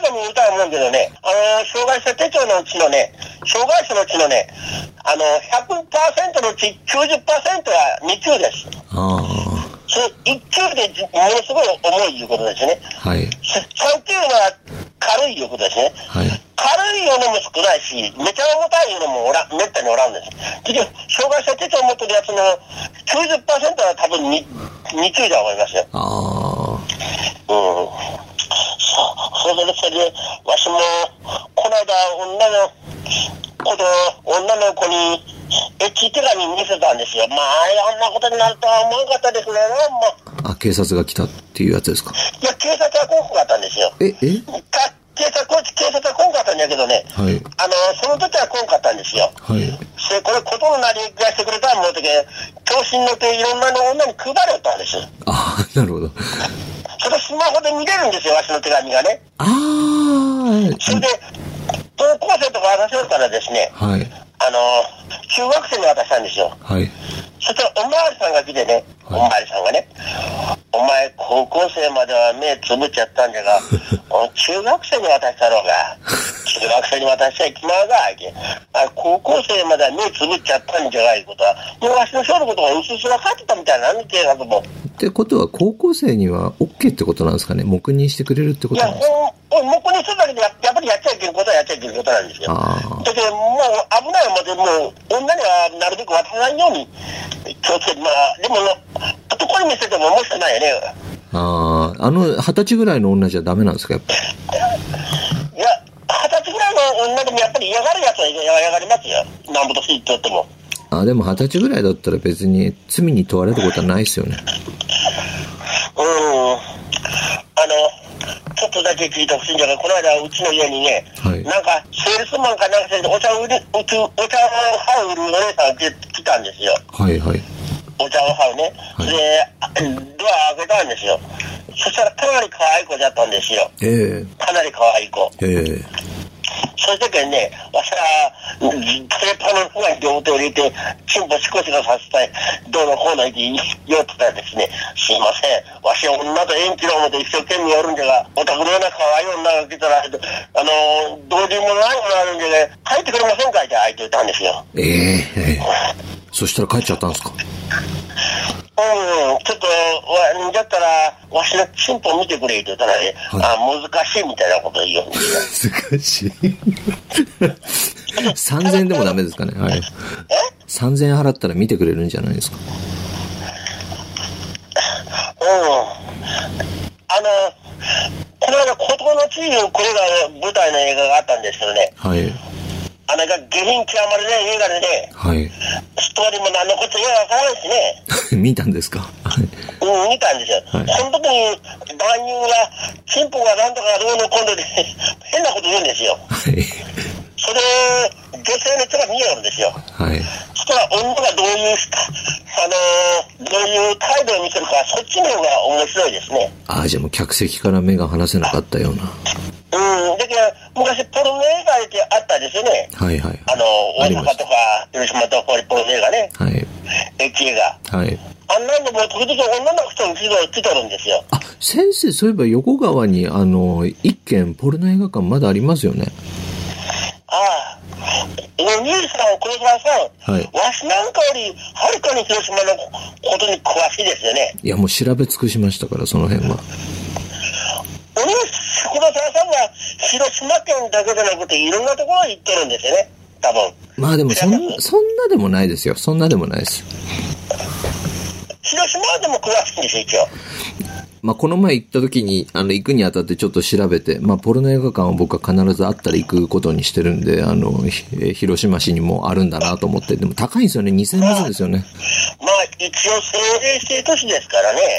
も見るとは思うけどね、障害者手帳のうちのね、障害者のうちのね、100% のうち 90% は2級です。それ1級でものすごい重いいうことですね。 はい。 3級は軽いいうことですね。 はい。 軽いようのも少ないし、めちゃ重たいようのもめったにおらんです。結局、障害者手帳を持ってるやつの 90% は多分 2級だと思いますよ。それで、わしも、この間、女の子に、エッチ手紙見せたんですよ。まあ、あんなことになるとは思わなかったですね。 警察が来たっていうやつですか？ いや、警察は来んかったんですよ。警察は来んかったんだけどね。 はい。 その時は来んかったんですよ。 はい。 これ、ことのなりがしてくれたら思うとき、調子に乗っていろんな女に配れたんです。 なるほど。 それスマホで見れるんですよ、わしの手紙がね。それで、高校生とか渡せるからですね。 はい。 中学生に渡したんですよ。 はい。 そしたらおまわりさんが来てね、おまわりさんがね、お前高校生までは目つぶっちゃったんじゃが、中学生に渡したろうが、中学生に渡しちゃいきまうが、高校生までは目つぶっちゃったんじゃがいことは、もうわしの小のことがうすうす分かってたみたいなん警察も。 ってことは高校生には OK ってことなんですかね？黙認してくれるってことなんですか？ 黙認するだけでやっぱりやっちゃいけんことはやっちゃいけんことなんですよ。だけどもう危ない思ってもう女にはなるべく渡さないように気をつけて、でも男に見せても面白くないよね。 20歳ぐらいの女じゃダメなんですか、やっぱり？ いや、20歳ぐらいの女でもやっぱり嫌がるやつは嫌がりますよ。なんぼとしいって言っても。 でも20歳ぐらいだったら別に罪に問われることはないですよね。 ちょっとだけ聞いてほしいんだけど、この間うちの家にね、はい、なんかセールスマンかなんかでお茶を買う売るお姉さんが来たんですよ。はいはい。お茶を買うね。はい、で、ドア開けたんですよ。そしたらかなり可愛い子だったんですよ。かなり可愛い子。そういう時にね、わしは、ペーパーの中に両手を入れて、チンポシコシコさせたい、どうのこうの言って言ってたらですね、すいません、わしは女と縁切ろう思って一生懸命やるんじゃが、お宅のような可愛い女が来たら、どうにもないものあるんじゃが、帰ってくれませんかって相手言ったんですよ。 そしたら帰っちゃったんですか？ ちょっと、だったら、わしのチンポ見てくれって言ったらね、難しいみたいなこと言うんですよ。 難しい。3000円でもダメですかね？はい。3000円払ったら見てくれるんじゃないですか？ この間、孤島の地位をこれが舞台の映画があったんですけどね。はい。下品極まるね、映画でね。はい。ストーリーも何のことやわからないしね。 見たんですか？ 見たんですよ。はい、その時に男優が、チンポがなんとかどうの今度で変なこと言うんですよ。はい。それ、女性の人が見えるんですよ。はい。そしたら女がどういう態度を見せるか、そっちの方が面白いですね。 じゃあもう客席から目が離せなかったような。 だけど、昔ポルノ映画ってあったんですよね。はいはい。大阪とか、広島とかポルノ映画ね。はい。エッチ映画。はい。あんなんでも時々女の人も来とるんですよ。 先生、そういえば横川に、一軒ポルノ映画館まだありますよね。 兄さん、黒沢さん、はい、わしなんかよりはるかに広島のことに詳しいですよね。 いや、もう調べ尽くしましたから、その辺は。 黒沢さんが広島県だけじゃなくていろんなところに行ってるんですよね、多分。 でもそんなでもないですよ。そんなでもないです。 広島でも詳しいんですよ、一応。 この前行った時に、行くにあたってちょっと調べて、ポルノ映画館は僕は必ずあったら行くことにしてるんで、広島市にもあるんだなと思って、でも高いんですよね、2000円ですよね。 一応政令指定都市ですからね。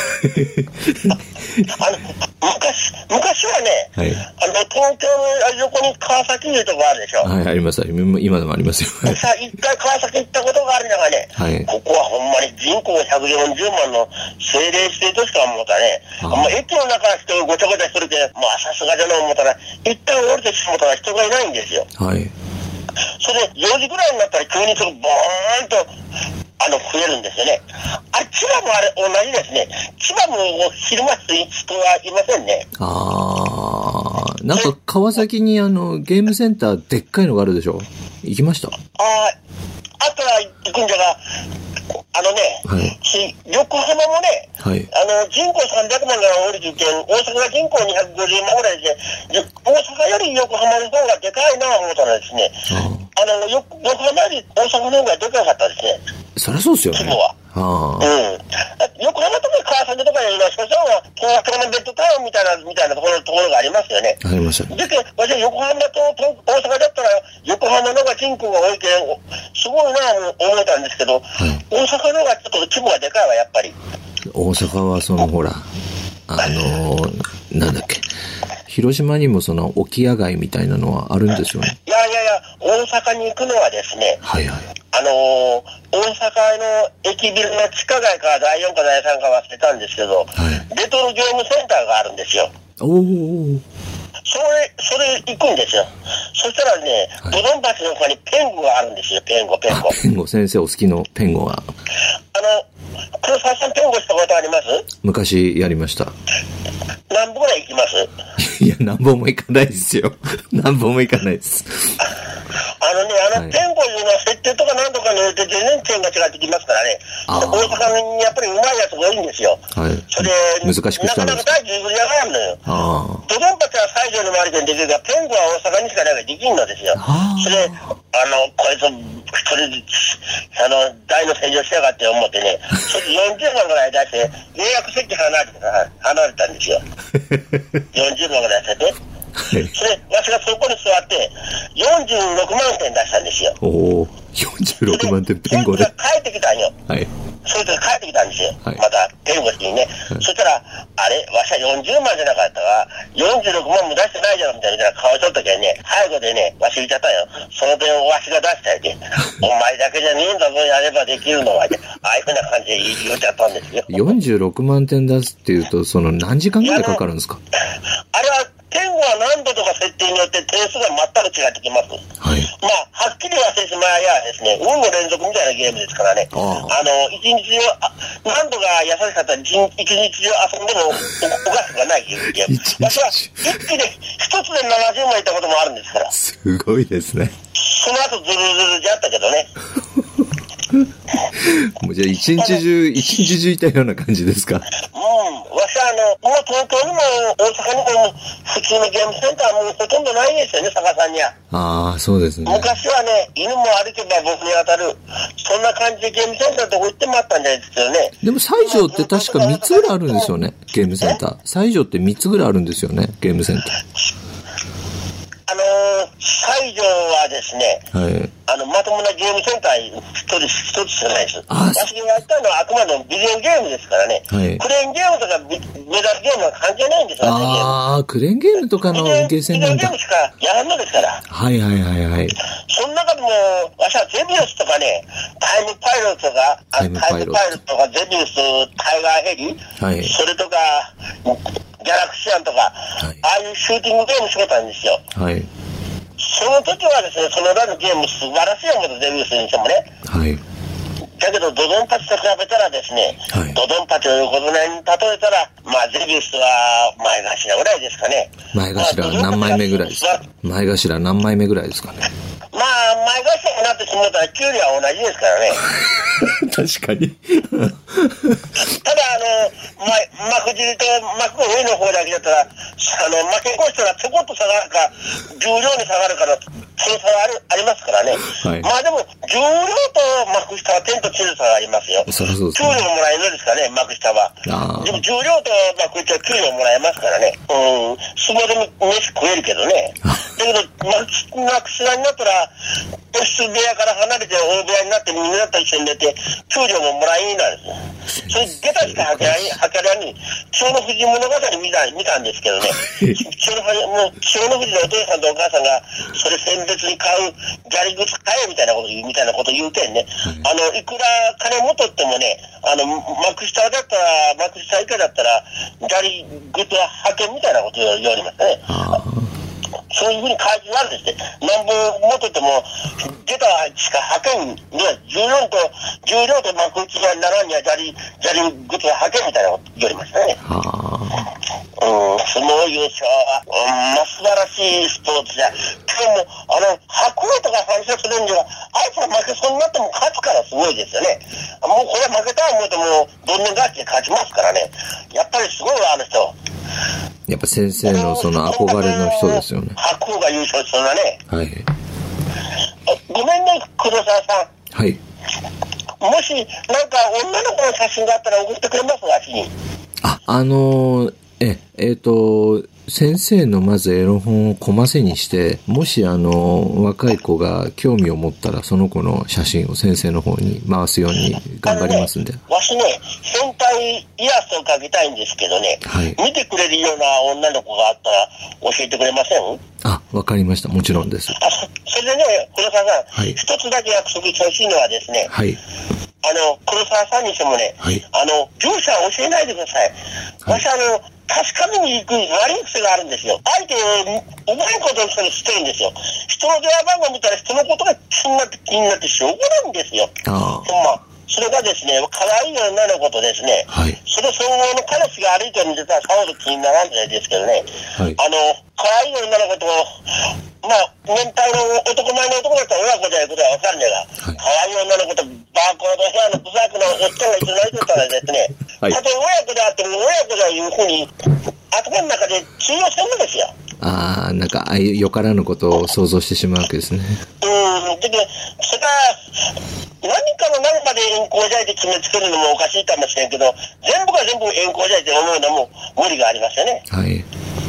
昔はね、はい、東京の横に川崎いうとこあるでしょ。はい、あります。 今でもありますよ。 さあ、一回川崎行ったことがあるのがね、はい、ここはほんまに人口140万の政令指定都市か思ったね。駅の中は人ごちゃごちゃするけど、さすがじゃな思ったら、一旦降りてしまったら人がいないんですよ。はい。それで4時ぐらいになったら急にボーンと、増えるんですよね。千葉も同じですね。千葉も昼間人はいませんね。 なんか川崎にゲームセンターでっかいのがあるでしょ？行きました？ あとは行くんじゃが、はい、横浜もね、はい、人口300万がおる時点、大阪が人口250万ぐらいで、大阪より横浜の方がでかいなと思ったらですね、横浜より大阪の方がでかかったですね。 そりゃそうですよね。 規模は。横浜とか川崎とかにいますけど、東京のベッドタウンみたいなところがありますよね。 ありましたね。 で、私は横浜と大阪だったら、横浜の方が人口が多いけん、すごいなと思ったんですけど、はい、大阪の方がちょっと規模がでかいわ、やっぱり。 大阪はほら、なんだっけ。広島にも沖屋街みたいなのはあるんですよね。 いや、大阪に行くのはですね、 はいはい。 大阪の駅ビルの地下街か第4か第3か忘れたんですけど、はい、レトロゲームセンターがあるんですよ。 おー。 それ行くんですよ。そしたらね、ドドンパチの他にペンゴがあるんですよ、ペンゴ。 ペンゴ、先生お好きのペンゴが。 黒沢さんペンゴしたことあります？ 昔やりました。 何本ぐらい行きます？ いや、何本も行かないですよ。何本も行かないです。 ペンゴいうのは設定とか何とかによって全然点が違ってきますからね。大阪にやっぱり上手いやつが多いんですよ。 はい。 それ難しくしたんですか？ なかなか大事にやがるのよ。ドドンパチは西条の周りでできるが、ペンゴは大阪にしかできんのですよ。それ、こいつ、一人ずつ、大の洗浄しやがって思ってね、それで40万ぐらい出して、予約席離れたんですよ。40万ぐらい出してて。それ、わしがそこに座って、46万点出したんですよ。 おー、46万点ペンゴで。 そいつが帰ってきたんよ。 はい。 そいつが帰ってきたんですよ。 はい、 また、ペンゴ式にね。はい、そしたら、あれ、わしは40万じゃなかったが、46万も出してないじゃん、みたいな顔しとったけんね、背後でね、わし言っちゃったよ。その点をわしが出したいで、お前だけじゃねえんだぞ、やればできるのは、ああいうふうな感じで言っちゃったんですよ。 46万点出すっていうと、何時間ぐらいかかるんですか？ あれは、ペンゴは何度とか設定によって点数が全く違ってきます。 はい。 まあ、はっきりはしてしまえばですね、運の連続みたいなゲームですからね。一日中、何度が優しかったら一日中遊んでもおかしくはないゲーム。私は一気で一つで70万いったこともあるんですから。 すごいですね。 その後ズルズルじゃったけどね。 もうじゃあ一日中いたような感じですか？ わしはもう東京にも大阪にも普通のゲームセンターもほとんどないですよね、佐賀さんには。 ああ、そうですね。 昔はね、犬も歩けば僕に当たる、そんな感じでゲームセンターのとこ行ってもあったんじゃないですよね。 でも西条って確か3つぐらいあるんですよね、ゲームセンター。西条って3つぐらいあるんですよね、ゲームセンター。 西条はですね、 はい、 まともなゲームセンター一つしかないです。私がやったのはあくまでもビデオゲームですからね。はい、クレーンゲームとかメダルゲームは関係ないんですよね。 ああ、クレーンゲームとかのゲーセンなんだ。 ビデオゲームしかやらんのですから。 はいはいはいはい。 その中でも、私はゼビウスとかね、タイムパイロットとか、タイムパイロットとかゼビウス、タイガーヘリ、はい、それとか、ギャラクシアンとか、はい、ああいうシューティングゲームしてたんですよ。 はい。 その時はですね、その裏のゲーム素晴らしいもの、ゼビウスにしてもね。 はい。 だけど、ドドンパチと比べたらですね、はい、ドドンパチを横綱に例えたら、まあ、ゼビウスは前頭ぐらいですかね。 前頭何枚目ぐらいですか？前頭何枚目ぐらいですかね。 まあ、前頭になってしまったら、給料は同じですからね。 確かに。 ただ、幕尻と幕が上の方だけだったら、負け越したらちょこっと下がるか、重量に下がるかの、その差がありますからね。はい、まあでも、重量と幕下は天と地の差がありますよ。 そうそうそう。 給料もらえるんですかね、幕下は。でも、重量と幕下は給料もらえますからね。相撲でも飯食えるけどね。だけど、幕下になったら、個室部屋から離れて大部屋になってみんなと一緒に寝て、給料ももらいになるんですよ。それ下駄しかはけらに、千代の富士物語見たんですけどね。千代の富士のお父さんとお母さんが、それ選別に買う砂利靴買えみたいなこと言うてんね。いくら金持っとってもね、幕下以下だったら、砂利靴は履けみたいなことを言われましたね。そういうふうに書いてあるんですって。何本持ってても、下駄しか履けんで、重量と幕内がならんには砂利靴を履けみたいなこと言われましたね。相撲優勝は、素晴らしいスポーツじゃ。今日も、白鵬とか反射するんじゃ、あいつは負けそうになっても勝つからすごいですよね。もうこれ負けたら思うともう、どんどんガチで勝ちますからね。やっぱりすごいわ、あの人。 やっぱ先生のその憧れの人ですよね。 白鵬が優勝したんだね。 はい。 ごめんね、黒沢さん。 はい。 もし、なんか女の子の写真があったら送ってくれますわしに。 先生のまずエロ本をコマセにして、もし若い子が興味を持ったらその子の写真を先生の方に回すように頑張りますんで。 わしね、変態イラストを描きたいんですけどね、はい、見てくれるような女の子があったら教えてくれません？ あ、わかりました。もちろんです。 それでね、黒沢さん、はい、一つだけ約束してほしいのはですね、はい、黒沢さんにしてもね、はい、業者は教えないでください。はい、私確かめに行く悪い癖があるんですよ。相手をうまいことをしてるんですよ。人の電話番号見たら人のことが気になってしょうがないんですよ。ほんま。それがですね、可愛い女の子とですね、はい、その総合の彼氏が歩いてるんでたらさほど気にならないですけどね、はい、可愛い女の子と、まあ、年配の男前の男だったら親子でやることはわかんねえが、はい、可愛い女の子とバーコード部屋のブサイクのおっちゃんが一緒に歩いてたらですね、はい、たとえ親子であっても親子でいうふうに、頭の中で通用するんですよ。 ああ、なんか、ああいうよからぬことを想像してしまうわけですね。 で、それが、何かの何かで円光剤で決めつけるのもおかしいかもしれんけど、全部が全部円光剤って思うのも無理がありますよね。はい。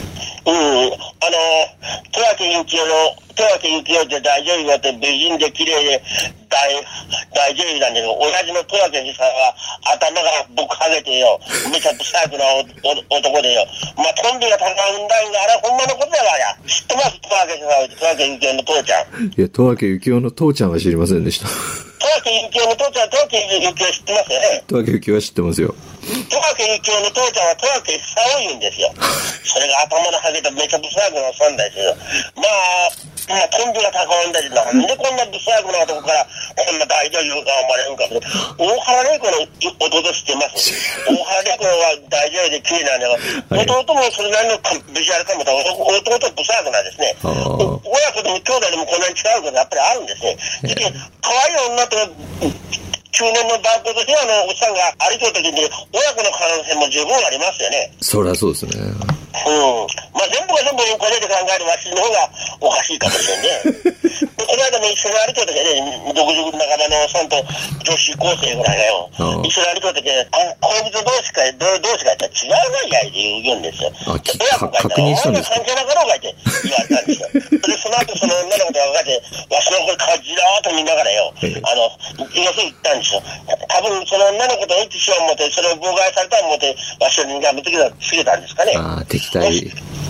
戸脇幸雄って大女優って美人で綺麗で大女優なんだけど、親父の戸脇さんは頭がぶっかげてよ、めちゃブサイクな男でよ、まあトンビが高うんだんがあれほんまのことだわや。知ってます？戸脇幸雄の父ちゃん。 いや、戸脇幸雄の父ちゃんは知りませんでした。 戸脇幸雄の父ちゃん、戸脇幸雄知ってますよね。 戸脇幸雄は知ってますよ。 戸脇幸雄の父ちゃんは戸脇久夫言うんですよ。それが頭のハゲためちゃブサイクなさんですよ。まあトンビが高うんだし、なんでこんなブサイクな男からこんな大女優が生まれるんか。大原玲子の弟知ってます？大原玲子は大女優で綺麗なんだけど、弟もそれなりのビジュアルかもと、弟はブサイクなんですね。親子でも兄弟でもこんなに違うことやっぱりあるんですね。で、可愛い女と中年のバーコード部屋のおっさんが歩いてるときに親子の可能性も十分ありますよね。 そりゃそうですね。 まあ全部が全部これで考えるわしの方がおかしいかもしれんね。この間も一緒に歩いてるときね、独自の中でのおっさんと女子高生ぐらいがよ、一緒に歩いてるとき恋人同士かやったら違うがやいって言うんですよ。親子がいたらお前が関係なかろうがいって言われたんですよ。で、その後その女の子と分かってわしのこれじらーっと見ながらよ、要するに言ったんですよ。多分その女の子とエッチしよう思って、それを妨害されたと思ってわしの人間が見つけたんですかね。 ああ、敵対。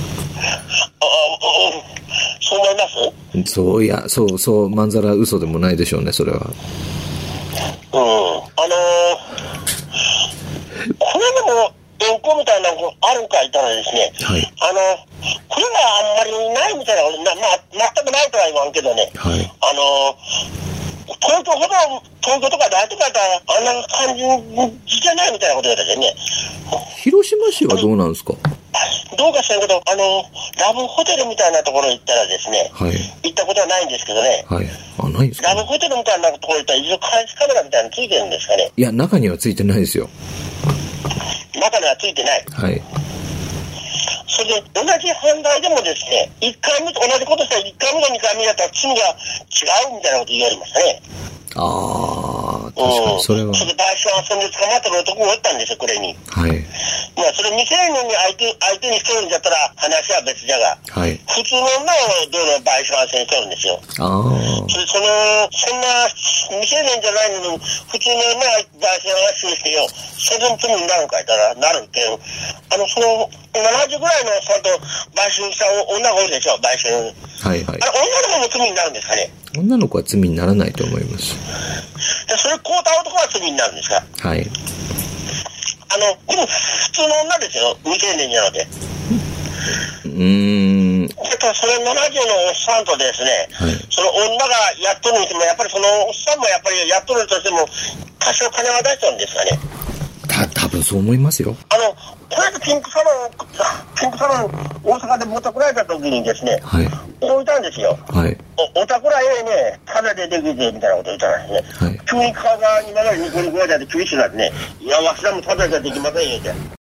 そう思います？ そう、いや、そう、まんざら嘘でもないでしょうね、それは。 これでも円光みたいなのあるかいたらですね、はい、これはあんまりないみたいな、全くないとは言わんけどね、はい、東京とか大都会とかあんな感じじゃないみたいなこと言われてね。 広島市はどうなんですか？ どうかしらんけど、ラブホテルみたいなところ行ったらですね、はい、行ったことはないんですけどね。はい。あ、ないですか？ラブホテルみたいなところ行ったら、一応監視カメラみたいなのついてるんですかね？ いや、中にはついてないですよ。 中にはついてない。はい。それで、同じ犯罪でもですね、同じことしたら1回目と2回目だったら罪が違うみたいなこと言われましたね。 ああ、確かにそれは。 それで売春遊んで捕まってる男がおったんですよ、これに。はい。まあ、それ未成年に相手にしてるんだったら話は別じゃが、はい。普通の女をどうの売春遊んでるんですよ。ああ。そんな未成年じゃないのに、普通の女が売春遊んでよ、それでも罪になるかいたらなるけど、その、70ぐらいのさんと売春した女がおるでしょ、売春。はいはい。女の子も罪になるんですかね？ 女の子は罪にならないと思います。 それ買うた男は罪になるんですか？はい。でも普通の女ですよ、未成年じゃなくて。だからそれ70のおっさんとですね、はい、その女がやっとるにしても、やっぱりそのおっさんもやっぱりやっとるとしても、多少金は出しちゃうんですかね？ 多分そう思いますよ。 これでピンクサロン、大阪で持ってこられた時にですね、 はい。 置いたんですよ。 はい。 おたくらね、ただでできてみたいなこと言ったんですね。はい。急に体に流れにこれぐらいだって厳しいからね、いや、わしらもただじゃできませんよって。